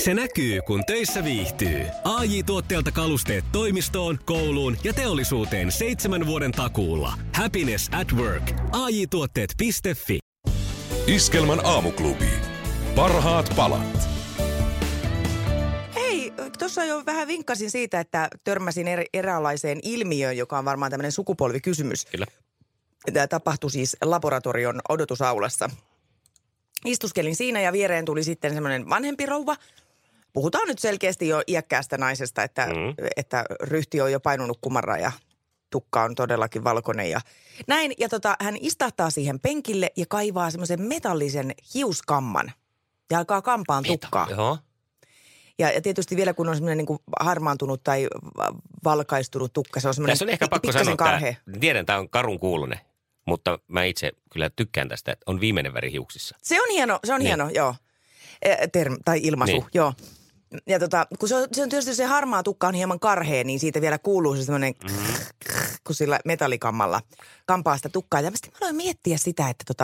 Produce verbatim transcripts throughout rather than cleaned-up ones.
Se näkyy, kun töissä viihtyy. A J-tuotteelta kalusteet toimistoon, kouluun ja teollisuuteen seitsemän vuoden takuulla. Happiness at work. A J tuotteet piste fi. Iskelmän aamuklubi. Parhaat palat. Hei, tuossa jo vähän vinkkasin siitä, että törmäsin er- eräänlaiseen ilmiöön, joka on varmaan tämmöinen sukupolvikysymys. Kyllä. Tämä tapahtui siis laboratorion odotusaulassa. Istuskelin siinä ja viereen tuli sitten semmoinen vanhempi rouva. Puhutaan nyt selkeästi jo iäkkäästä naisesta, että, mm. että ryhti on jo painunut kumarra ja tukka on todellakin valkoinen ja näin. Ja tota, hän istahtaa siihen penkille ja kaivaa semmoisen metallisen hiuskamman ja alkaa kampaan tukkaa. Joo. Ja, ja tietysti vielä kun on semmoinen niin kuin harmaantunut tai valkaistunut tukka, se on semmoinen Tässä on ehkä pakko sanoa, karhe. että tiedän, tämä on karun kuulunen, mutta mä itse kyllä tykkään tästä, että on viimeinen väri hiuksissa. Se on hieno, se on niin. hieno, joo. Term, tai ilmaisu, niin. joo. Ja tota, kun se on, se on tietysti se harmaa tukka on hieman karhea, niin siitä vielä kuuluu se semmoinen, mm. kun sillä metallikammalla kampaa sitä tukkaa. Ja sitten mä aloin miettiä sitä, että tota,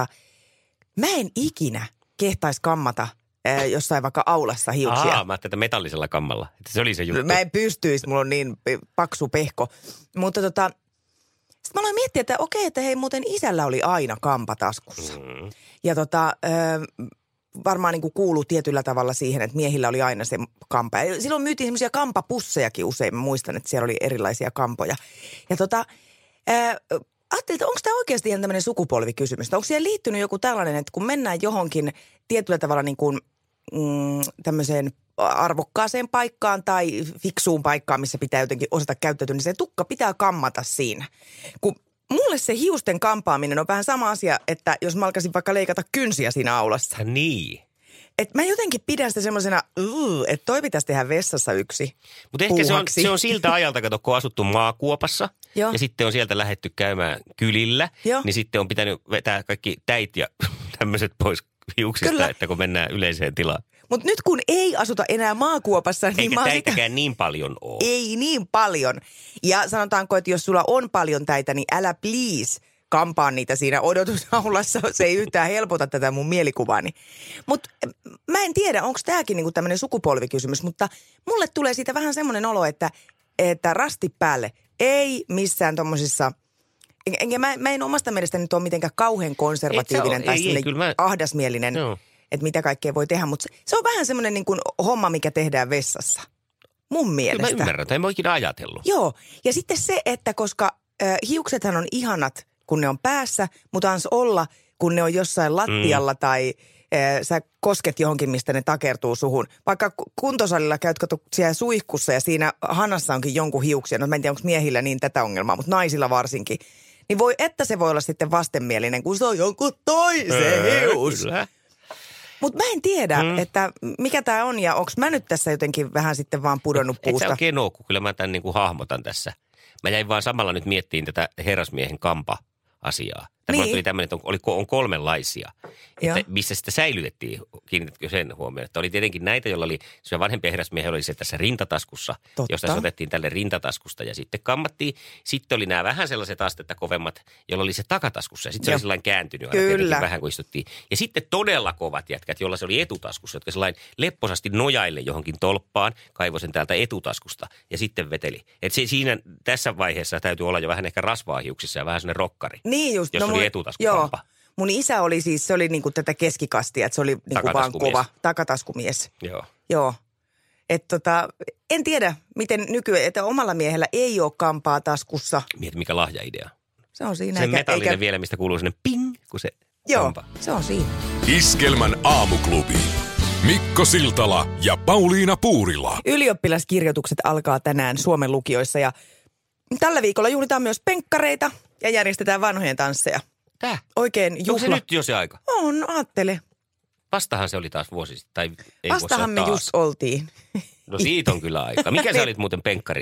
mä en ikinä kehtaisi kammata ää, jossain vaikka aulassa hiuksia. Aa, mä ajattelin, että metallisella kammalla. Että se oli se juttu. Mä en pystyisi, mulla on niin paksu pehko. Mutta tota, sitten mä aloin miettiä, että okei, että hei muuten isällä oli aina kampa taskussa. Mm. Ja tota... Ää, varmaan niin kuin kuuluu tietyllä tavalla siihen, että miehillä oli aina se kampa. Ja silloin myytiin semmoisia kampapussejakin usein. Mä muistan, että siellä oli erilaisia kampoja. Ja tota, ää, ajattelin, että onko tämä oikeasti ihan tämmöinen sukupolvikysymys? Onko siihen liittynyt joku tällainen, että kun mennään johonkin tietyllä tavalla niin kuin mm, tämmöiseen arvokkaaseen paikkaan tai fiksuun paikkaan, missä pitää jotenkin osata käyttäytyä, niin se tukka pitää kammata siinä. Kun mulle se hiusten kampaaminen on vähän sama asia, että jos mä alkaisin vaikka leikata kynsiä siinä aulassa. Niin. Että mä jotenkin pidän sitä semmoisena, että toi pitäisi tehdä vessassa yksi. Mutta ehkä se on, se on siltä ajalta, kato, kun on asuttu maakuopassa Joo. ja sitten on sieltä lähdetty käymään kylillä, Joo. niin sitten on pitänyt vetää kaikki täit ja tämmöiset pois hiuksista, Kyllä. että kun mennään yleiseen tilaan. Mutta nyt kun ei asuta enää maakuopassa, niin Eikä mä täitäkään sitä... niin paljon ole. Ei niin paljon. Ja sanotaanko, että jos sulla on paljon täitä, niin älä please kampaa niitä siinä odotusaulassa. Se ei yhtään helpota tätä mun mielikuvaani. Mutta mä en tiedä, onko tämäkin niinku tämmöinen sukupolvikysymys, mutta mulle tulee siitä vähän semmoinen olo, että, että rasti päälle ei missään tommosissa... Enkä mä, mä en omasta mielestäni nyt ole mitenkään kauhean konservatiivinen tai ei, ei, mä... ahdasmielinen, no. että mitä kaikkea voi tehdä. Mutta se, se on vähän semmoinen niin kuin homma, mikä tehdään vessassa. Mun mielestä. Kyllä mä ymmärrän, tai en mä oikein ajatellut. Joo, ja sitten se, että koska äh, hiuksethan on ihanat, kun ne on päässä, mutta ans olla, kun ne on jossain lattialla mm. tai äh, sä kosket johonkin, mistä ne takertuu suhun. Vaikka kuntosalilla käyt kato siellä suihkussa ja siinä hanassa onkin jonkun hiuksia. No mä en tiedä, onko miehillä niin tätä ongelmaa, mutta naisilla varsinkin. Niin voi, että se voi olla sitten vastenmielinen, kun se on jonkun toisen hius. Mutta mä en tiedä, mm. että mikä tämä on ja onko mä nyt tässä jotenkin vähän sitten vaan pudonnut puusta. Et sä oikein oo, kun kyllä mä tämän niin kuin hahmotan tässä. Mä jäin vaan samalla nyt miettiin tätä herrasmiehen kampa-asiaa. Tämä niin. Tuli tämmöinen, että on, oli, on kolmenlaisia, että missä sitä säilytettiin, kiinnitätkö sen huomioon, että oli tietenkin näitä, joilla oli, se vanhempia herrasmiehiä oli se tässä rintataskussa, Totta. josta se otettiin tälle rintataskusta ja sitten kammattiin. Sitten oli nämä vähän sellaiset astetta kovemmat, joilla oli se takataskussa ja sitten se oli sellainen kääntynyt aina vähän kuin istuttiin. Ja sitten todella kovat jätkät, joilla se oli etutaskussa, jotka sellainen lepposasti nojaille johonkin tolppaan, kaivoi sen täältä etutaskusta ja sitten veteli. Että se, siinä tässä vaiheessa täytyy olla jo vähän ehkä rasvaa hiuksissa ja vähän sellainen rokkari. Niin just. Jos no, oli etutaskukampa. Mun isä oli siis, se oli niinku tätä keskikastia, että se oli niinku vaan kova takataskumies. Joo. Joo. Että tota, en tiedä, miten nykyään, että omalla miehellä ei ole kampaa taskussa. Mieti, mikä lahjaidea. Se on siinä. Se eikä, metallinen eikä... vielä, mistä kuuluu sinne ping, kun se Joo, kampa. se on siinä. Iskelmän aamuklubi. Mikko Siltala ja Pauliina Puurila. Ylioppilaskirjoitukset alkaa tänään Suomen lukioissa ja tällä viikolla juhlitaan myös penkkareita ja järjestetään vanhojen tansseja. Tää? Oikein juhla. Onko se nyt jo se aika? On, aattele. Vastahan se oli taas vuosi sitten. Tai ei Vastahan me taas. just oltiin. No siitä on kyllä aika. Mikä sä olit muuten penkkari?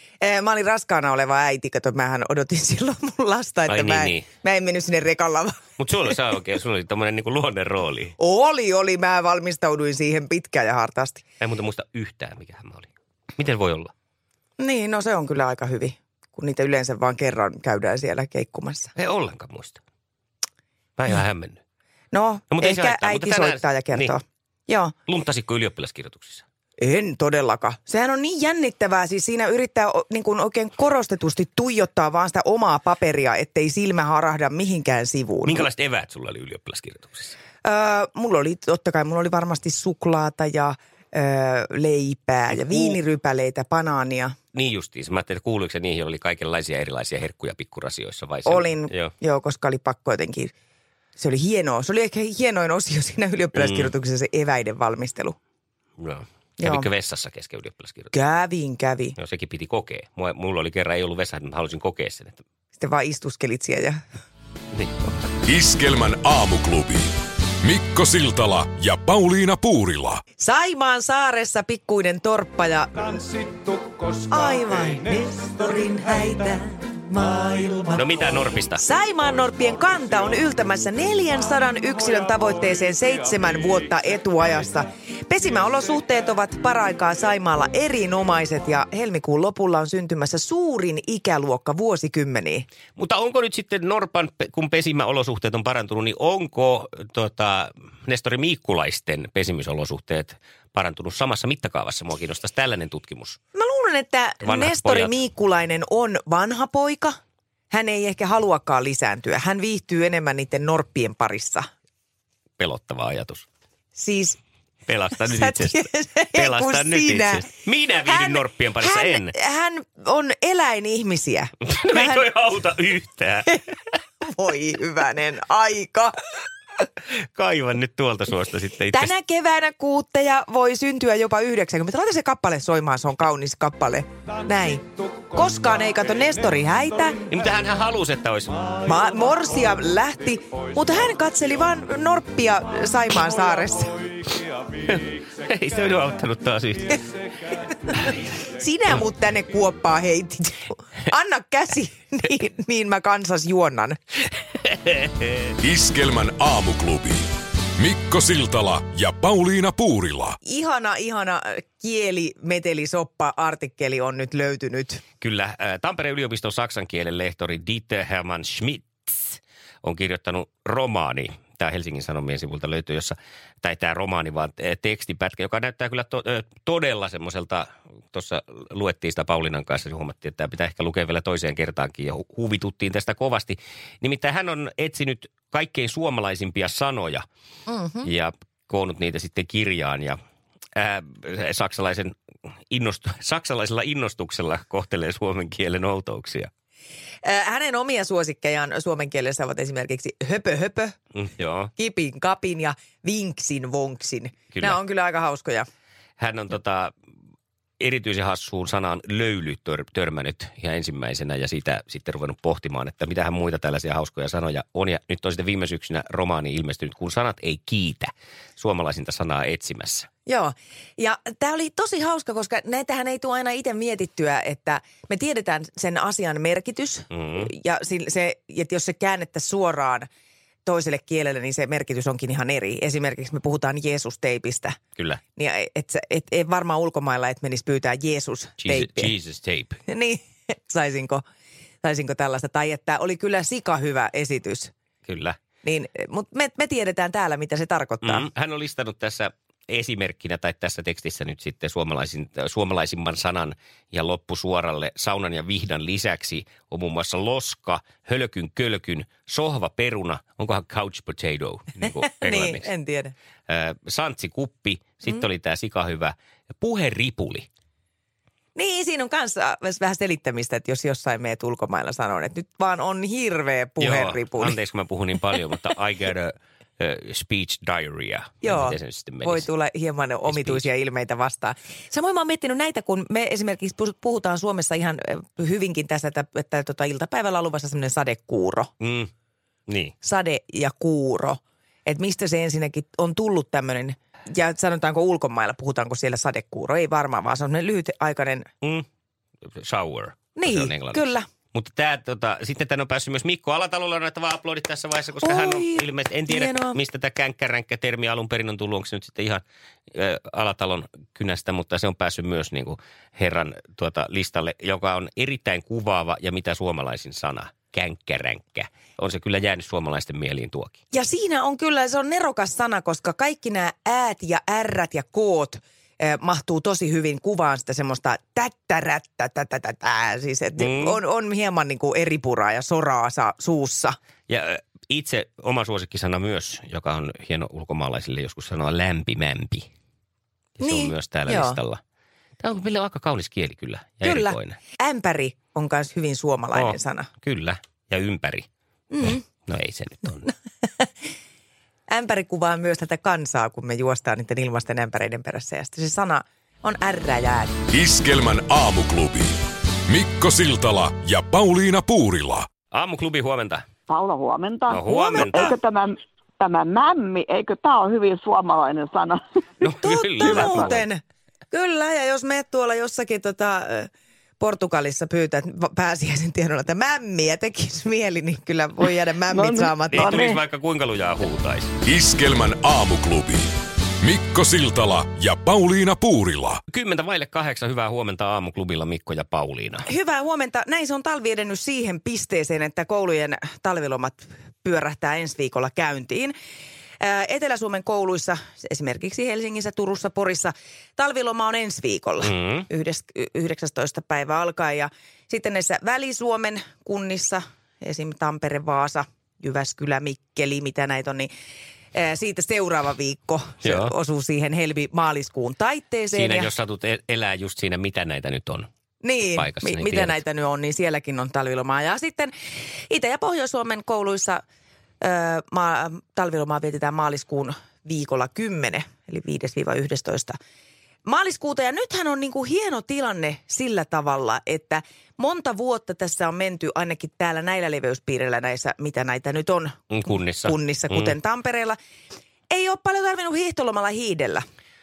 Mä olin raskaana oleva äiti, kato, mähän odotin silloin mun lasta, että Ai mä, niin, en, niin. mä en mennyt sinne rekalla. Mutta sulla, sä oikein, sulla oli tommonen niinku luonne rooli. Oli, oli. Mä valmistauduin siihen pitkään ja hartaasti. Mä en muuten muista yhtään, mikä mä olin. Miten voi olla? Niin, no se on kyllä aika hyvin, kun niitä yleensä vaan kerran käydään siellä keikkumassa. Ei ollenkaan muista. Mä en ihan hämmennyt. No, no ehkä haittaa, äiti tänään... soittaa ja kertoo. Niin. Joo. Luntasitko ylioppilaskirjoituksissa? En todellakaan. Sehän on niin jännittävää. Siis siinä yrittää niin kuin oikein korostetusti tuijottaa vaan sitä omaa paperia, ettei silmä harahda mihinkään sivuun. Minkälaiset eväät sulla oli ylioppilaskirjoituksessa? Öö, mulla oli, totta kai, mulla oli varmasti suklaata ja öö, leipää ja viinirypäleitä, banaania. Niin justiin. Mä ajattelin, että kuuluiko se niihin, oli kaikenlaisia erilaisia herkkuja pikkurasioissa vai se? Olin, joo. joo, koska oli pakko jotenkin. Se oli hienoa. Se oli ehkä hienoin osio siinä ylioppilaskirjoituksessa se eväiden valmistelu. Joo. Kävikö vessassa kesken ylioppilaskirjoituksen? Kävin, kävi. Joo, sekin piti kokea. Mulla oli kerran, ei ollut vessa, mutta halusin kokea sen. Että... Sitten vaan istuskelit siellä ja... Niin. Iskelmän aamuklubi. Mikko Siltala ja Pauliina Puurila. Saimaan saaressa pikkuinen torppa ja... Aivan Nestorin häitä maailma. No mitä norpista? Saimaan norppien kanta on yltämässä neljänsadan yksilön tavoitteeseen seitsemän vuotta etuajassa. Pesimäolosuhteet ovat paraikaa Saimaalla erinomaiset ja helmikuun lopulla on syntymässä suurin ikäluokka vuosikymmeniä. Mutta onko nyt sitten norpan, kun pesimäolosuhteet on parantunut, niin onko tota, Nestori Miikkulaisten pesimysolosuhteet parantunut samassa mittakaavassa? Mua kiinnostaisi tällainen tutkimus. Mä luulen, että Vanhat Nestori pojat. Miikkulainen on vanha poika. Hän ei ehkä haluakaan lisääntyä. Hän viihtyy enemmän niiden norppien parissa. Pelottava ajatus. Siis... Pelasta nyt Sä itsestä. tiedät, Pelasta kun nyt sinä. itsestä. Minä viihdyn Hän- norppien parissa, hän, en. Hän on eläinihmisiä. No ei Hän- toi auta yhtään. Voi hyvänen aika. Kaivan nyt tuolta suosta sitten itse. Tänä keväänä kuutteja voi syntyä jopa yhdeksänkymmentä. Laita se kappale soimaan, se on kaunis kappale. Näin. Koskaan ei kato Nestori häitä. Niin, mutta hän halusi, että olisi... Ma- Morsia lähti, mutta hän katseli vaan norppia Saimaan saaressa. Ei se ole auttanut taas yhtään. Sinä mut tänne kuoppaa heitit. Anna käsi, niin, niin mä kansas juonnan. Iskelmän aamuklubi. Mikko Siltala ja Pauliina Puurila. Ihana, ihana kielimetelisoppa-artikkeli on nyt löytynyt. Kyllä, äh, Tampereen yliopiston saksan kielen lehtori Dieter Hermann Schmitz on kirjoittanut romaani. Tämä Helsingin Sanomien sivulta löytyy, jossa, tai tämä romaani vaan tekstipätkä, joka näyttää kyllä to, todella semmoiselta, tuossa luettiin sitä Paulinan kanssa, niin huomattiin, että tämä pitää ehkä lukea vielä toiseen kertaankin ja hu- huvituttiin tästä kovasti. Nimittäin hän on etsinyt kaikkein suomalaisimpia sanoja mm-hmm. ja koonnut niitä sitten kirjaan ja ää, saksalaisen innostu, saksalaisella innostuksella kohtelee suomen kielen outouksia. Hänen omia suosikkejaan suomen kielessä ovat esimerkiksi höpö höpö, Mm, joo. kipin kapin ja vinksin vonksin. Kyllä. Nämä on kyllä aika hauskoja. Hän on tota, erityisen hassuun sanaan löyly tör, törmännyt ihan ensimmäisenä ja siitä sitten ruvennut pohtimaan, että mitähän muita tällaisia hauskoja sanoja on. Ja nyt on sitten viime syksynä romaani ilmestynyt, kun sanat ei kiitä, suomalaisinta sanaa etsimässä. Joo, ja tämä oli tosi hauska, koska näitähän ei tule aina itse mietittyä, että me tiedetään sen asian merkitys mm-hmm. ja se, että jos se käännettäisiin suoraan toiselle kielelle, niin se merkitys onkin ihan eri. Esimerkiksi me puhutaan Jeesus-teipistä. Kyllä. Niin et, et, et varmaan ulkomailla, että menisi pyytää Jeesus-teippiä. Jesus, Jesus tape. Niin, saisinko, saisinko tällaista. Tai että oli kyllä sika hyvä esitys. Kyllä. Niin, mutta me, me tiedetään täällä, mitä se tarkoittaa. Mm, hän on listannut tässä esimerkkinä tai tässä tekstissä nyt sitten suomalaisin, suomalaisimman sanan ja loppusuoralle saunan ja vihdan lisäksi on muun muassa loska, hölkyn, kölkyn, sohva, peruna, onkohan couch potato niin kuin Niin, englanniksi. en tiedä. Äh, santsikuppi, sitten mm. oli tämä sikahyvä puheripuli. Niin, siinä on kanssa vähän selittämistä, että jos jossain meet ulkomailla sanon, että nyt vaan on hirveä puheripuli. Joo, anteeksi kun mä puhun niin paljon, mutta I get a uh, speech diarrhea. Joo, Miten se sitten menisi? voi tulla hieman omituisia ilmeitä vastaan. Samoin mä oon miettinyt näitä, kun me esimerkiksi puhutaan Suomessa ihan hyvinkin tässä, että, että tota, iltapäivällä on luvassa semmoinen sadekuuro. Mm, niin. Sade ja kuuro. Että mistä se ensinnäkin on tullut tämmöinen, ja sanotaanko ulkomailla, puhutaanko siellä sadekuuro? Ei varmaan, vaan se on semmoinen lyhytaikainen. Mm. Shower. Niin, se on englanniksi. kyllä. Mutta tää, tota, sitten tänne on päässyt myös Mikko Alatalolla on näitä vaan aplodit tässä vaiheessa, koska Oi, hän on ilmeisesti, en tiedä hienoa. mistä tämä känkkäränkkä-termi alun perin on tullut, onko se nyt sitten ihan ä, Alatalon kynästä, mutta se on päässyt myös niin kuin herran tuota, listalle, joka on erittäin kuvaava ja mitä suomalaisin sana, känkkäränkkä. On se kyllä jäänyt suomalaisten mieliin tuokin. Ja siinä on kyllä, se on nerokas sana, koska kaikki nämä äät ja ärrät ja koot mahtuu tosi hyvin kuvaan sitä semmoista tättärättä, tätätätä. Siis että mm. on, on hieman niin kuin eripuraa ja soraa saa suussa. Ja itse oma suosikkisana myös, joka on hieno ulkomaalaisille joskus sanoa lämpimämpi. Ja se niin, on myös täällä joo. listalla. Tämä on meille aika kaunis kieli kyllä ja kyllä. erikoinen. Ämpäri on myös hyvin suomalainen oh, sana. Kyllä, ja ympäri. Mm. No ei se nyt ole. Ämpäri kuvaa myös tätä kansaa, kun me juostaan niiden ilmaisten ämpäreiden perässä. Ja sitten se sana on ärrä ja ääni. Iskelmän aamuklubi. Mikko Siltala ja Pauliina Puurila. Aamuklubi, huomenta. Paula, huomenta. No huomenta. Eikö tämä, tämä mämmi, eikö tämä ole hyvin suomalainen sana? No kyllä. Totta muuten. Kyllä, ja jos meet tuolla jossakin tota, Portugalissa pyytät pääsiäisen tiedolla, että mämmiä tekisi mieli, niin kyllä voi jäädä mämmit no, saamatta. Ei no, tulisi niin. vaikka kuinka lujaa huutaisi. Iskelmän aamuklubi. Mikko Siltala ja Pauliina Puurila. Kymmentä vaille kahdeksan, hyvää huomenta aamuklubilla Mikko ja Pauliina. Hyvää huomenta. Näin se on talvi edennyt siihen pisteeseen, että koulujen talvilomat pyörähtää ensi viikolla käyntiin. Etelä-Suomen kouluissa, esimerkiksi Helsingissä, Turussa, Porissa, talviloma on ensi viikolla, mm. yhdeksästoista päivä alkaen. Ja sitten näissä Väli-Suomen kunnissa, esim. Tampere, Vaasa, Jyväskylä, Mikkeli, mitä näitä on, niin siitä seuraava viikko se osuu siihen helmi-maaliskuun taitteeseen. Siinä, ja jos satut elää just siinä, mitä näitä nyt on. Niin, paikassa, mi- niin mitä tiedät. näitä nyt on, niin sielläkin on talvilomaa. Ja sitten Itä- ja Pohjois-Suomen kouluissa ö, ma- talvilomaa vietetään maaliskuun viikolla kymmenen, eli viides yhdestoista maaliskuuta. Ja nythän on niin kuin hieno tilanne sillä tavalla, että monta vuotta tässä on menty ainakin täällä näillä leveyspiireillä näissä, mitä näitä nyt on. Kunnissa. Kunnissa, kuten mm. Tampereella. Ei ole paljon tarvinnut hiihtolomalla hiidellä.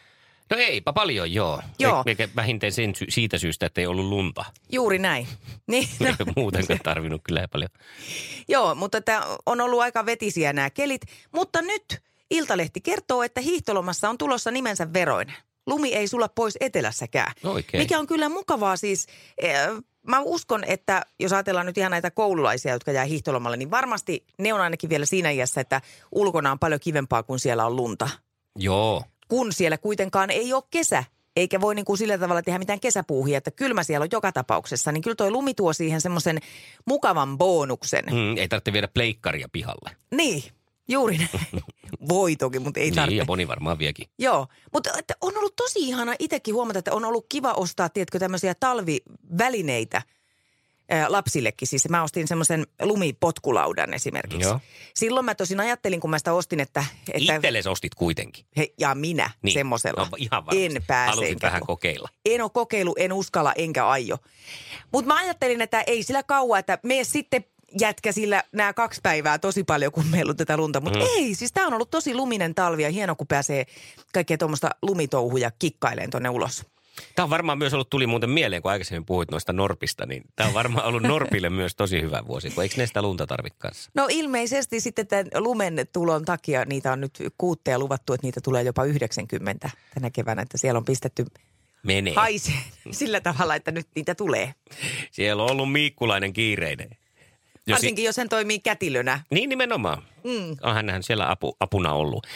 No eipä paljon, joo. Joo. Eikä vähintään sen sy- siitä syystä, että ei ollut lunta. Juuri näin. Niin, no. Eikä muutenkaan tarvinnut kyllä paljon. Joo, mutta tämä on ollut aika vetisiä nämä kelit. Mutta nyt Iltalehti kertoo, että hiihtolomassa on tulossa nimensä veroinen. Lumi ei sula pois etelässäkään. Oikein. Mikä on kyllä mukavaa siis. Eh, mä uskon, että jos ajatellaan nyt ihan näitä koululaisia, jotka jää hiihtolomalle, niin varmasti ne on ainakin vielä siinä iässä, että ulkona on paljon kivempaa, kun siellä on lunta. Joo. Kun siellä kuitenkaan ei ole kesä, eikä voi niin kuin sillä tavalla tehdä mitään kesäpuuhia, että kylmä siellä on joka tapauksessa, niin kyllä toi lumi tuo siihen semmoisen mukavan bonuksen. Mm, ei tarvitse viedä pleikkaria pihalle. Niin, juuri näin. Voi toki, mutta ei tarvitse. Niin, ja moni varmaan viekin. Joo, mutta että on ollut tosi ihana itsekin huomata, että on ollut kiva ostaa, tiedätkö, tämmöisiä talvivälineitä ää, lapsillekin. Siis mä ostin semmoisen lumipotkulaudan esimerkiksi. Joo. Silloin mä tosin ajattelin, kun mä sitä ostin, että... että Itsellesi ostit kuitenkin. he, ja minä Niin. semmoisella. No, ihan varmasti. En pääse. Halusin enkä vähän tuu. kokeilla. En ole kokeillut, en uskalla, enkä aio. Mutta mä ajattelin, että ei sillä kauan, että mene sitten jätkä sillä nämä kaksi päivää tosi paljon, kun meillä on tätä lunta. Mutta mm. ei, siis tää on ollut tosi luminen talvi ja hieno, kun pääsee kaikkea tuommoista lumitouhuja kikkaileen tonne ulos. Tämä on varmaan myös ollut, tuli muuten mieleen, kun aikaisemmin puhuit noista norpista, niin tämä on varmaan ollut norpille myös tosi hyvä vuosi, kun eikö ne sitä lunta tarvitse kanssa? No ilmeisesti sitten tämän lumen tulon takia niitä on nyt kuutteja luvattu, että niitä tulee jopa yhdeksänkymmentä tänä keväänä, että siellä on pistetty Menee. haiseen sillä tavalla, että nyt niitä tulee. Siellä on ollut Miikkulainen kiireinen. Jos Varsinkin, jos hän toimii kätilönä. Niin nimenomaan. Mm. On hänhän siellä apu, apuna ollut.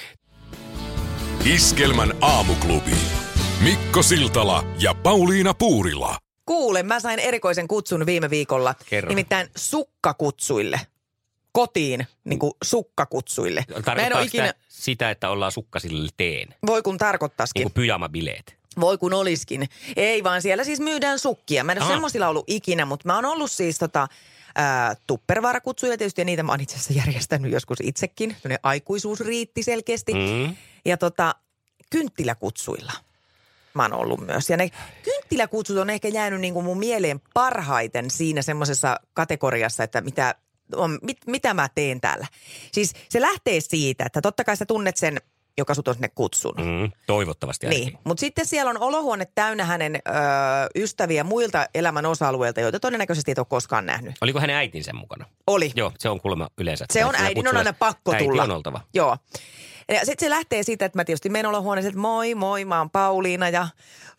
Iskelmän aamuklubi. Mikko Siltala ja Pauliina Puurila. Kuule, mä sain erikoisen kutsun viime viikolla. Kerro. Nimittäin sukkakutsuille. Kotiin, niin kuin sukkakutsuille. Mä en Tarkoittaa ole ikinä... sitä, sitä, että ollaan sukkasille teen. Voi kun tarkoittaisikin. Niin kuin pyjamabileet. Voi kun olisikin. Ei vaan siellä siis myydään sukkia. Mä en ole Aha. semmoisilla ollut ikinä, mutta mä oon ollut siis tota... Ää, tuppervarakutsuja tietysti, ja niitä mä oon itse asiassa järjestänyt joskus itsekin. Tällainen aikuisuus riitti selkeästi. Mm. Ja tota, kynttiläkutsuilla mä oon ollut myös. Ja ne kynttiläkutsut on ehkä jäänyt niin kuin mun mieleen parhaiten siinä semmoisessa kategoriassa, että mitä, on, mit, mitä mä teen täällä. Siis se lähtee siitä, että totta kai sä tunnet sen, joka sut on sinne kutsunut. Mm. Toivottavasti ainakin. Niin, mutta sitten siellä on olohuone täynnä hänen ö, ystäviä muilta elämän osa-alueilta, joita todennäköisesti et ole koskaan nähnyt. Oliko hänen äitinsä mukana? Oli. Joo, se on kuulemma yleensä. Se on äidin, on aina pakko äiti tulla. on oltava. Joo. Ja sitten se lähtee siitä, että mä tietysti menen olohuoneeseen, että moi, moi, mä oon Pauliina ja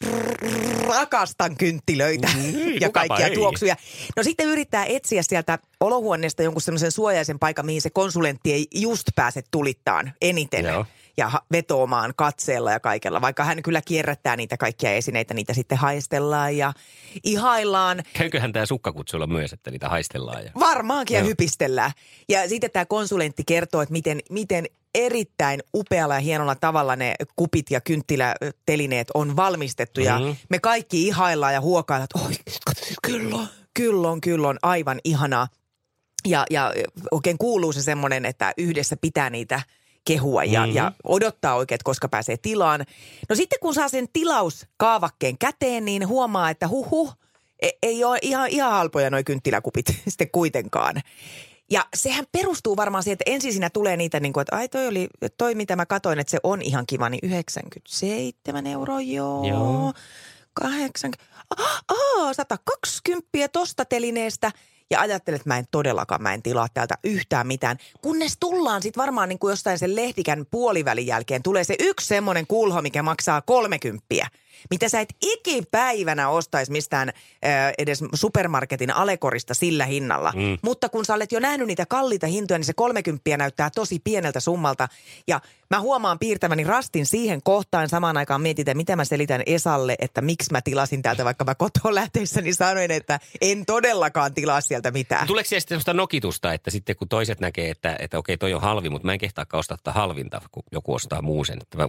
rakastan kynttilöitä Niin, ja kukapa kaikkia ei. tuoksuja. No sitten yrittää etsiä sieltä olohuoneesta jonkun semmoisen suojaisen paikan, mihin se konsulentti ei just pääse tulittaan eniten. Joo. ja vetoomaan katseella ja kaikella. Vaikka hän kyllä kierrättää niitä kaikkia esineitä, niitä sitten haistellaan ja ihaillaan. Käyköhän tämä sukkakutsuilla myös, että niitä haistellaan? Ja... Varmaankin ja Joo. hypistellään. Ja sitten tämä konsulentti kertoo, että miten, miten erittäin upealla ja hienolla tavalla ne kupit ja kynttilätelineet on valmistettu. Ja Mm-hmm. me kaikki ihaillaan ja huokaillaan, että oi, kyllä on, kyllä on, kyllä on aivan ihanaa. Ja, ja oikein kuuluu se semmoinen, että yhdessä pitää niitä kehua ja, Mm-hmm. ja odottaa oikein, että koska pääsee tilaan. No sitten kun saa sen tilauskaavakkeen käteen, niin huomaa, että huhhuh, e- ei ole ihan, ihan halpoja noi kynttiläkupit sitten kuitenkaan. Ja sehän perustuu varmaan siihen, että ensin siinä tulee niitä niin kuin, että ai toi oli, toi mitä mä katoin, että se on ihan kiva, niin yhdeksänkymmentäseitsemän euroa, joo. Joo. kahdeksankymmentä, aa, sata kaksikymmentä tosta telineestä. Ja ajattelin, että mä en todellakaan, mä en tilaa täältä yhtään mitään. Kunnes tullaan sitten varmaan niin kuin jostain sen lehtikän puolivälin jälkeen, tulee se yksi semmoinen kulho, mikä maksaa kolmekymppiä. Mitä sä et ikipäivänä ostaisi mistään ö, edes supermarketin alekorista sillä hinnalla. Mm. Mutta kun sä olet jo nähnyt niitä kalliita hintoja, niin se kolmekymppiä näyttää tosi pieneltä summalta. Ja mä huomaan piirtäväni rastin siihen kohtaan. Samaan aikaan mietin, mitä mä selitän Esalle, että miksi mä tilasin täältä, vaikka mä kotoa lähteessä, niin sanoin, että en todellakaan tilaa sieltä mitään. Tuleeko siellä sitten sellaista nokitusta, että sitten kun toiset näkee, että, että okei toi on halvi, mutta mä en kehtaakaan ostaa tätä halvinta, kun joku ostaa muu sen. Että mä,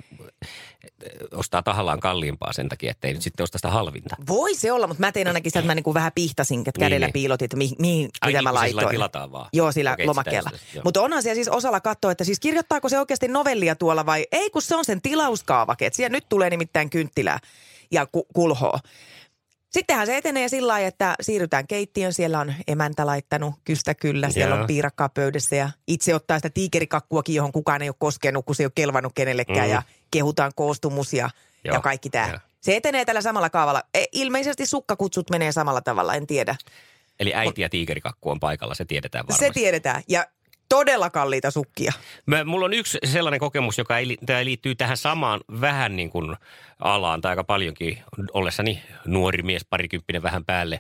että ostaa tahallaan kalliimpaa sen takia, että ei nyt sitten osta sitä halvinta. Voi se olla, mutta mä tein ainakin sitä, että mä niinku vähän pihtasin, että kädellä niin. piilotin, että mihin, mihin Ai mitä niin, mä kun se sillä laitoin. tilataan vaan. Joo, sillä Okei, lomakkeella. sitä- sitä- joo. Mutta onhan siellä siis osalla katsoa, että siis kirjoittaako se oikeasti novellia tuolla vai ei, kun se on sen tilauskaavake. Että siellä nyt tulee nimittäin kynttilää ja ku- kulhoa. Sittenhän se etenee sillä lailla, että siirrytään keittiöön. Siellä on emäntä laittanut kystä kyllä. Siellä Joo. on piirakkaa pöydässä ja itse ottaa sitä tiikerikakkuakin, johon kukaan ei ole koskenut, kun se ei ole kelvannut kenellekään. Mm. Ja kehutaan koostumus ja, Joo. ja kaikki Joo. tämä. Se etenee tällä samalla kaavalla. E, ilmeisesti sukkakutsut menee samalla tavalla, en tiedä. Eli äiti ja tiikerikakku on paikalla, se tiedetään varmasti. Se tiedetään. Ja todella kalliita sukkia. Mä, mulla on yksi sellainen kokemus, joka ei, tämä liittyy tähän samaan vähän niin kuin alaan tai aika paljonkin ollessani nuori mies, parikymppinen vähän päälle.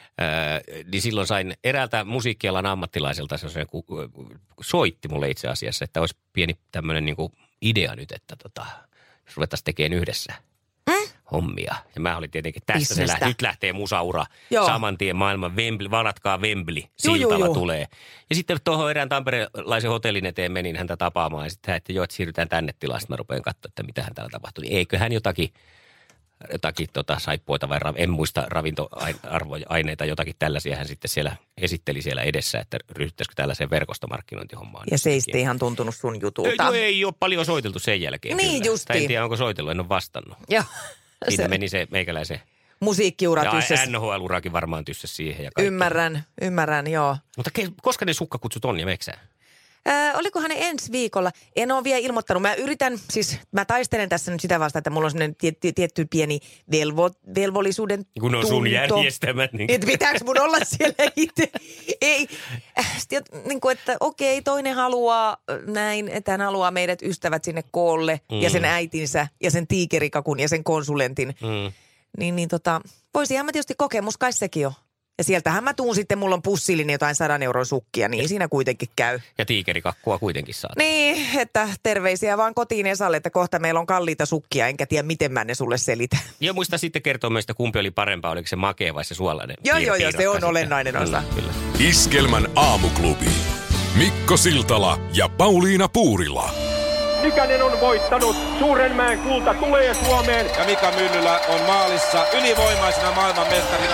Öö, niin silloin sain eräältä musiikkialan ammattilaiselta sellaisen, kun soitti mulle itse asiassa, että olisi pieni tämmöinen niin kuin idea nyt, että tota, jos ruvettaisiin tekemään yhdessä Mm? hommia. Ja mä olin tietenkin, tästä se Bisnestä. lähtee, nyt lähtee musaura. Joo. Saman tien maailman Wembley, varatkaa Wembley, Juu, juu, Siltala juu. tulee. Ja sitten tuohon erään tamperelaisen hotellin eteen menin häntä tapaamaan ja sitten hän, että joo, että siirrytään tänne tilaan. Sitten mä rupean katsoa, että mitä hän täällä tapahtui. Niin eikö hän jotakin, jotakin tota, saippuita vai ra- en muista ravintoaineita, jotakin tällaisia hän sitten siellä esitteli siellä edessä, että ryhdyttäisikö tällaiseen verkostomarkkinointihommaan. Ja se ei sitten ihan tuntunut sun Ei, jutulta. no, ei ole paljon soiteltu sen jälkeen. Niin kyllä. justiin. Tai en tiedä, onko soitellut, en ole vastannut. Joo. Siinä Se meni se meikäläisen. musiikkiura Ja tyssäs. N H L-urakin varmaan tyssäs siihen ja kaikki. Ymmärrän, ymmärrän, joo. Mutta ke, koska ne sukkakutsut on ja meksää? Äh, olikohan ne ensi viikolla? En ole vielä ilmoittanut. Mä yritän, siis mä taistelen tässä nyt sitä vastaan, että mulla on semmoinen tietty, tietty pieni velvo, velvollisuuden Kun on sun tunto. järjestämät. Niin... Että pitääkö mun olla siellä itse? Ei, äh, sit, niin kuin, että okei, toinen haluaa näin, että hän haluaa meidät ystävät sinne koolle mm. ja sen äitinsä ja sen tiikerikakun ja sen konsulentin. Mm. Niin, niin tota, voisihan mä tietysti kokemus, kai sekin on. Ja sieltähän mä tuun sitten, mulla on pussillinen jotain sadan euron sukkia, niin siinä kuitenkin käy. Ja tiikerikakkua kuitenkin saat. Niin, että terveisiä vaan kotiin Esalle, että kohta meillä on kalliita sukkia, enkä tiedä miten mä ne sulle selitän. Ja muista sitten kertoa meistä, kumpi oli parempaa, oliko se makea vai se suolainen. Joo, piir- joo, joo, se piirakka on sitten. olennainen osa. Kyllä, kyllä. Iskelmän aamuklubi. Mikko Siltala ja Pauliina Puurila. Nykänen on voittanut. Suurenmäen kulta tulee Suomeen. Ja Mika Myllylä on maalissa ylivoimaisena maailmanmestarina.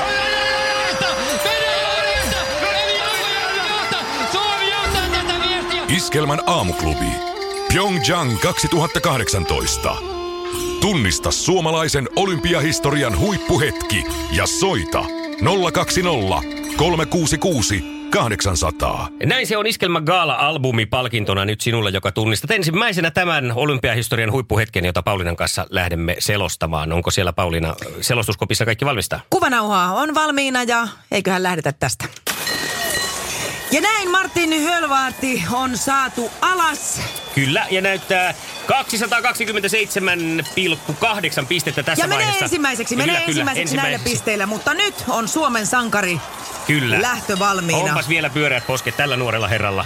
Iskelmän aamuklubi. Pyeongchang kaksituhattakahdeksantoista. Tunnista suomalaisen olympiahistorian huippuhetki ja soita nolla kaksikymmentä kolme kuusi kuusi kahdeksansataa. Näin se on Iskelmän Gaala-albumi palkintona nyt sinulle, joka tunnistat ensimmäisenä tämän olympiahistorian huippuhetken, jota Pauliinan kanssa lähdemme selostamaan. Onko siellä Pauliina selostuskopissa kaikki valmista? Kuvanauhaa on valmiina ja eiköhän lähdetä tästä. Ja näin Martin Hölvaarti on saatu alas. Kyllä, ja näyttää kaksisataakaksikymmentäseitsemän pilkku kahdeksan pistettä tässä Ja menee vaiheessa. ensimmäiseksi, Kyllä, menee kyllä, ensimmäiseksi näillä pisteillä, mutta nyt on Suomen sankari Kyllä. lähtö valmiina. Onpas vielä pyöreät posket tällä nuorella herralla.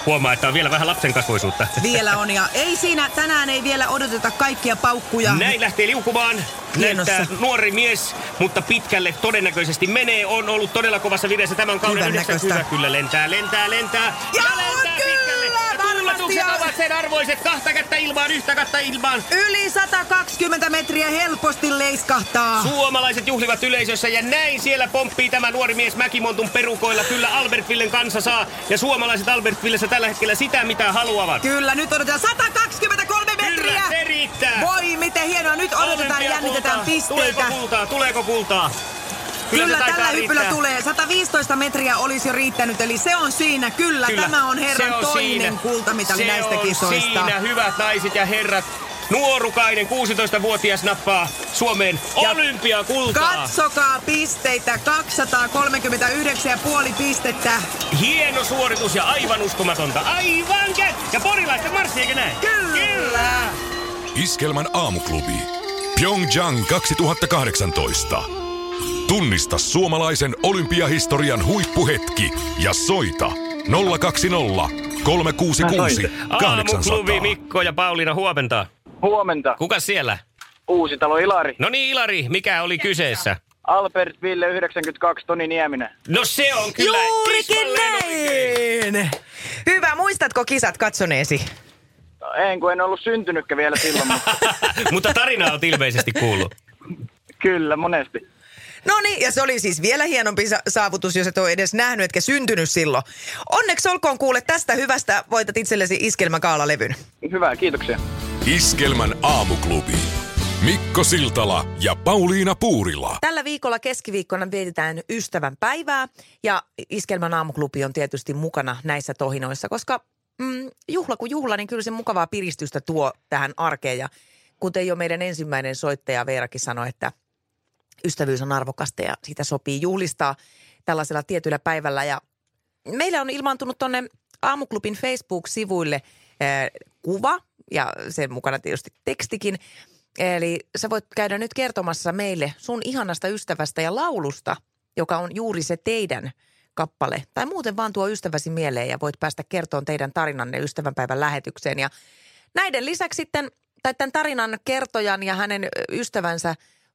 Huomaa, että on vielä vähän lapsen kasvoisuutta. Vielä on ja ei siinä, tänään ei vielä odoteta kaikkia paukkuja. Näin lähtee liukumaan. Hienossa. Näyttää nuori mies, mutta pitkälle todennäköisesti menee. On ollut todella kovassa vireessä tämän kauden. Hyvän näköistä. Hyvä, kyllä lentää, lentää, lentää. Ja lentää kyllä, pitkälle. Ja tuuletukset varmasti. ovat sen arvoiset. Kahta kättä ilmaan, yhtä kättä ilmaan. Yli sata kaksikymmentä metriä helposti leiskahtaa. Suomalaiset juhlivat yleisössä ja näin siellä pomppii tämä nuori mies Mäkimontun perukoilla. Kyllä Albertvillen kanssa saa. Ja suomalaiset Albertvillessä tällä hetkellä sitä, mitä haluavat. Kyllä, nyt odotetaan sata kaksikymmentäkolme metriä. Kyllä, se riittää. Voi, miten hienoa. Nyt odotetaan ja jännitetään pisteitä. Tuleeko kultaa? Tuleeko kultaa? Kyllä, Kyllä tällä hyppyllä riittää. tulee. sata viisitoista metriä olisi jo riittänyt, eli se on siinä. Kyllä, Kyllä. tämä on herran Se on toinen siinä. kultamitali se näistä on kisoista. siinä, hyvät naiset ja herrat. Nuorukainen kuusitoistavuotias nappaa Suomeen olympiakultaa. Katsokaa pisteitä, kaksisataakolmekymmentäyhdeksän pilkku viisi pistettä. Hieno suoritus ja aivan uskomatonta. Aivan kä- Ja porilaisten marssi, eikö näin? Kyllä. Iskelmän aamuklubi. Pyeongchang kaksituhattakahdeksantoista. Tunnista suomalaisen olympiahistorian huippuhetki ja soita nolla kaksikymmentä kolme kuusi kuusi kahdeksansataa. Aamuklubi Mikko ja Pauliina, huomenta. Huomenta. Kuka siellä? Uusitalo Ilari. No niin, Ilari, mikä oli kyseessä? Albertville yhdeksänkymmentäkaksi, Toni Nieminen. No se on kyllä Juurikin tismalleen oikein. näin. Hyvä, muistatko kisat katsoneesi? No, en, kun en ollut syntynytkään vielä silloin, mutta Mutta tarinaa olet ilmeisesti kuullut. kyllä, monesti. No niin, ja se oli siis vielä hienompi sa- saavutus, jos et ole edes nähnyt, etkä syntynyt silloin. Onneksi olkoon kuule tästä hyvästä, voitat itsellesi Iskelmägaalalevyn. Hyvä, kiitoksia. Iskelmän aamuklubi. Mikko Siltala ja Pauliina Puurila. Tällä viikolla keskiviikkona vietetään ystävän päivää ja Iskelmän aamuklubi on tietysti mukana näissä tohinoissa, koska mm, juhla kuin juhla, niin kyllä se mukavaa piristystä tuo tähän arkeen. Ja kuten jo meidän ensimmäinen soittaja Veerakin sanoi, että ystävyys on arvokasta ja sitä sopii juhlistaa tällaisella tietyllä päivällä. Ja meillä on ilmaantunut tuonne aamuklubin Facebook-sivuille äh, kuva ja sen mukana tietysti tekstikin. Eli sä voit käydä nyt kertomassa meille sun ihanasta ystävästä ja laulusta, joka on juuri se teidän kappale. Tai muuten vaan tuo ystäväsi mieleen ja voit päästä kertomaan teidän tarinanne ystävänpäivän lähetykseen. Ja näiden lisäksi sitten, tai tämän tarinan kertojan ja hänen ystävänsä,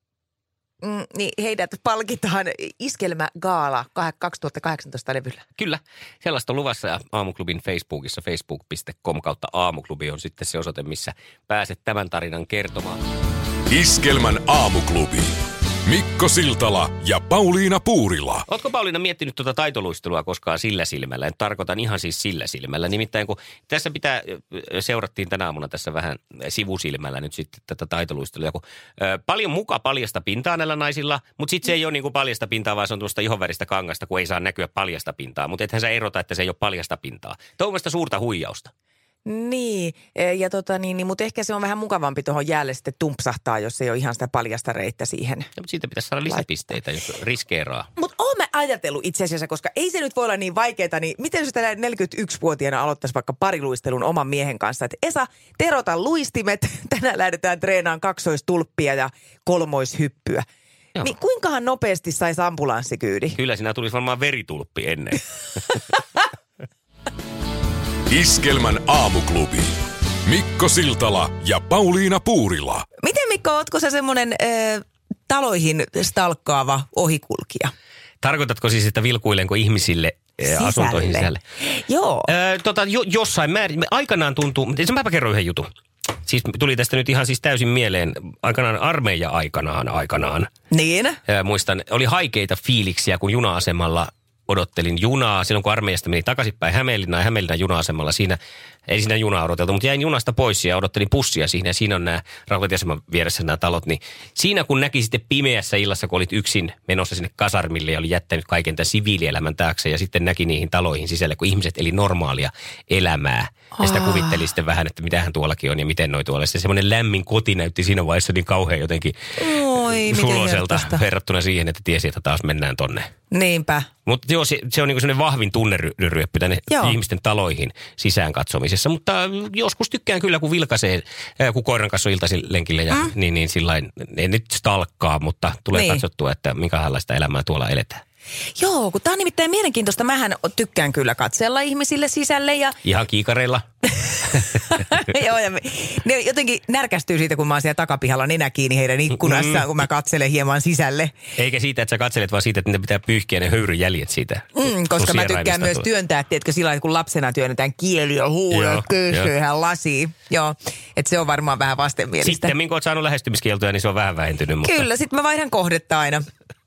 mm, niin heidät palkitaan Iskelmägaala kaksituhattakahdeksantoista levyllä. Kyllä, sellaista on luvassa ja aamuklubin Facebookissa facebook piste com kautta aamuklubi on sitten se osoite, missä pääset tämän tarinan kertomaan. Iskelmän aamuklubi. Mikko Siltala ja Pauliina Puurila. Ootko Pauliina miettinyt tuota taitoluistelua koskaan sillä silmällä? En tarkoitan ihan siis sillä silmällä. Nimittäin kun tässä pitää, seurattiin tänä aamuna tässä vähän sivusilmällä nyt sitten tätä taitoluistelua. Kun, ö, paljon muka paljasta pintaa näillä naisilla, mutta sitten se ei ole niin kuin paljasta pintaa, vaan se on tuosta ihonväristä kangasta, kun ei saa näkyä paljasta pintaa. Mutta ethän sä erota, että se ei ole paljasta pintaa. Tämä on mielestäni suurta huijausta. Niin, ja tota niin, niin mutta ehkä se on vähän mukavampi tuohon jäälle sitten tumpsahtaa, jos ei ole ihan sitä paljasta reittä siihen. Ja, mutta siitä pitäisi saada lisäpisteitä, jos riskeeraa. Mutta oon mä ajatellut itse asiassa, koska ei se nyt voi olla niin vaikeaa, niin miten jos tällä neljäkymmentäyksivuotiaana aloittaisi vaikka pariluistelun oman miehen kanssa, että Esa, terota luistimet, tänään lähdetään treenaamaan kaksoistulppia ja kolmoishyppyä. Joo. Niin kuinkahan nopeasti saisi ambulanssikyydi? Kyllä siinä tulisi varmaan veritulppi ennen. Iskelmän aamuklubi. Mikko Siltala ja Pauliina Puurila. Miten Mikko, ootko sä semmoinen äh, taloihin stalkkaava ohikulkija? Tarkoitatko siis, että vilkuilenko ihmisille sisälle. Asuntoihin sisälle? Joo. Ö, tota, jo, jossain määrin. Aikanaan tuntuu, mutta mäpä kerron yhden jutun. Siis tuli tästä nyt ihan siis täysin mieleen aikanaan armeija aikanaan aikanaan. Niin? Ö, muistan, oli haikeita fiiliksiä, kun juna-asemalla odottelin junaa. Silloin kun armeijasta meni takaisinpäin Hämeenlinnaan ja Hämeenlinnan juna-asemalla siinä, ei siinä junaa odoteltu, mutta jäin junasta pois ja odottelin pussia siinä. Ja siinä on nämä rautatieaseman vieressä nämä talot. Niin siinä kun näki sitten pimeässä illassa, kun olit yksin menossa sinne kasarmille ja oli jättänyt kaiken tämän siviilielämän taakse ja sitten näki niihin taloihin sisälle, kun ihmiset eli normaalia elämää. Ja sitä kuvitteli sitten vähän, että mitähän tuollakin on ja miten noi tuolla. Se semmoinen lämmin koti näytti siinä vaiheessa niin kauhean jotenkin Oi, suloselta verrattuna siihen, että tiesi, että taas mennään tonne. Niinpä. Mutta joo, se, se on niinku semmoinen vahvin tunneryöppy tänne joo. ihmisten taloihin sisään katsomisessa. Mutta joskus tykkään kyllä, kun vilkaisee, kun koiran kanssa on iltaisin ja mm. niin, niin sillain, ei nyt stalkkaa, mutta tulee niin. katsottua, että minkälaista elämää tuolla eletään. Joo, kun tää on nimittäin mielenkiintoista. Mähän tykkään kyllä katsella ihmisille sisälle ja... Ihan kiikareilla. Joo, ja ne jotenkin närkästyy siitä, kun mä oon siellä takapihalla nenä kiinni heidän ikkunassaan, mm. kun mä katselen hieman sisälle. Eikä siitä, että sä katselet, vaan siitä, että niitä pitää pyyhkiä ne höyryjäljet siitä. Mm, koska mä tykkään myös tuo. työntää, tiedätkö, sillä lailla, kun lapsena työnnetään kieli ja huulet köysöhän lasiin. Joo, että se on varmaan vähän vastenmielistä. Sitten, minkä oot saanut lähestymiskieltoja, niin se on vähän vähentynyt. Mutta... Kyllä, sitten mä vaihdan kohdetta aina.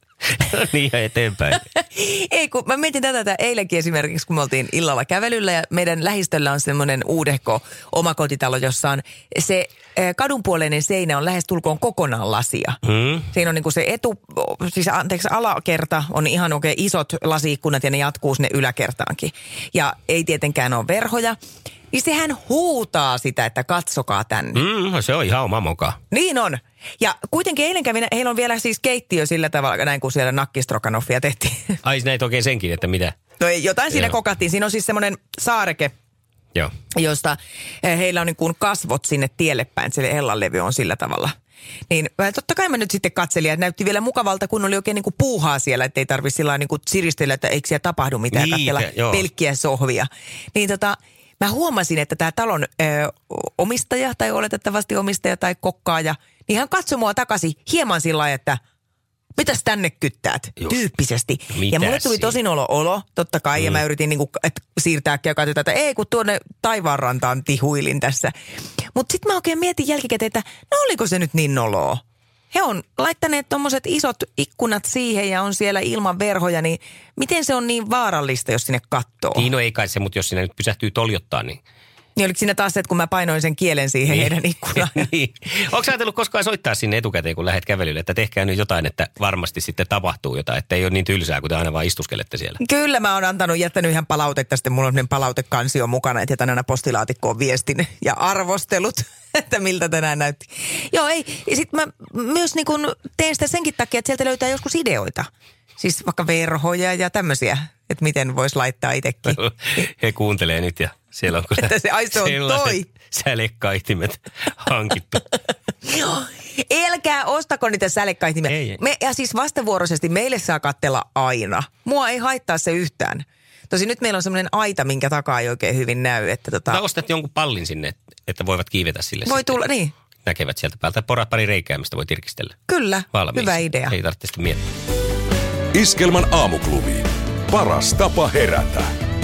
Niin ja eteenpäin. Ei, kun mä mietin tätä, tätä eilenkin esimerkiksi, kun me oltiin illalla kävelyllä ja meidän lähistöllä on semmoinen uudehko omakotitalo, jossa on se kadunpuoleinen seinä on lähes tulkoon kokonaan lasia. Hmm. Siinä on niin kuin se etu, siis anteeksi alakerta on ihan oikein isot lasiikkunat ja ne jatkuu sinne yläkertaankin. Ja ei tietenkään ole verhoja. Niin sehän huutaa sitä, että katsokaa tänne. Mm, se on ihan oma moka. Niin on. Ja kuitenkin eilen kävin, heillä on vielä siis keittiö sillä tavalla, näin kuin siellä nakkistroganofia tehtiin. Ai näitä oikein senkin, että mitä? No ei, jotain siinä kokattiin. Siinä on siis semmoinen saareke, Joo. josta heillä on niin kuin kasvot sinne tielle päin. Se hellanlevy on sillä tavalla. Niin totta kai mä nyt sitten katselin, että näytti vielä mukavalta, kun oli oikein niin kuin puuhaa siellä, ettei tarvitse sillä niin kuin siristellä, että eikö siellä tapahdu mitään, niin, katsella pelkkiä sohvia. Niin tota... Mä huomasin, että tämä talon ö, omistaja tai oletettavasti omistaja tai kokkaaja, niin hän katsoi mua takaisin hieman sillä lailla, että mitäs tänne kyttäät, just. Tyyppisesti. Mitä ja mulle tuli tosi olo olo, totta kai, mm. ja mä yritin niinku, et, siirtää ja katsoa, että ei kun tuonne taivaanrantaan tihuilin tässä. Mutta sitten mä oikein mietin jälkikäteen, että no oliko se nyt niin noloa? He on laittaneet tommoset isot ikkunat siihen ja on siellä ilman verhoja, niin miten se on niin vaarallista, jos sinne katsoo? Niin, no ei kai se, mutta jos sinne nyt pysähtyy toljottaa, niin... Niin oliko siinä taas se, että kun mä painoin sen kielen siihen niin. heidän ikkunaan? Niin. Onko sä ajatellut koskaan soittaa sinne etukäteen, kun lähdet kävelylle, että tehkää nyt jotain, että varmasti sitten tapahtuu jotain, että ei ole niin tylsää, kun te aina vaan istuskelette siellä? Kyllä, mä oon antanut, jättänyt ihan palautetta, sitten mulla on palautekansio mukana, että jätän aina postilaatikkoon viestin ja arvostelut, että miltä tänään näytti. Joo, ei, ja sitten mä myös niin kun teen sitä senkin takia, että sieltä löytää joskus ideoita. Siis vaikka verhoja ja tämmöisiä, että miten voisi laittaa itsekin. He kuuntelee nyt ja siellä on kyllä että se, ai se on toi. Sälekkaihtimet hankittu. Joo, älkää ostako niitä sälekkaihtimia. Ei, ei. Me, ja siis vastavuoroisesti meille saa katsella aina. Mua ei haittaa se yhtään. Tosin nyt meillä on semmoinen aita, minkä takaa ei oikein hyvin näy. Että tota... Tai ostat jonkun pallin sinne, että voivat kiivetä sille. Voi tulla, niin. Näkevät sieltä päältä. Poraa pari reikää, mistä voi tirkistellä. Kyllä, valmiiksi. Hyvä idea. Ei tarvitse sitä miettiä. Iskelmän aamuklubi. Paras tapa herätä.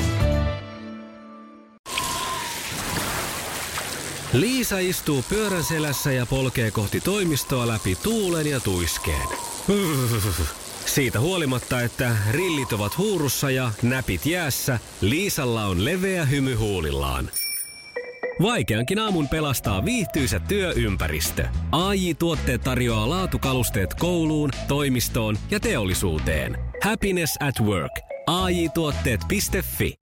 Liisa istuu pyörän selässä ja polkee kohti toimistoa läpi tuulen ja tuiskeen. Siitä huolimatta, että rillit ovat huurussa ja näpit jäässä, Liisalla on leveä hymy huulillaan. Vaikeankin aamun pelastaa viihtyisä työympäristö. A J-tuotteet tarjoaa laatukalusteet kouluun, toimistoon ja teollisuuteen. Happiness at work. A J tuotteet piste fi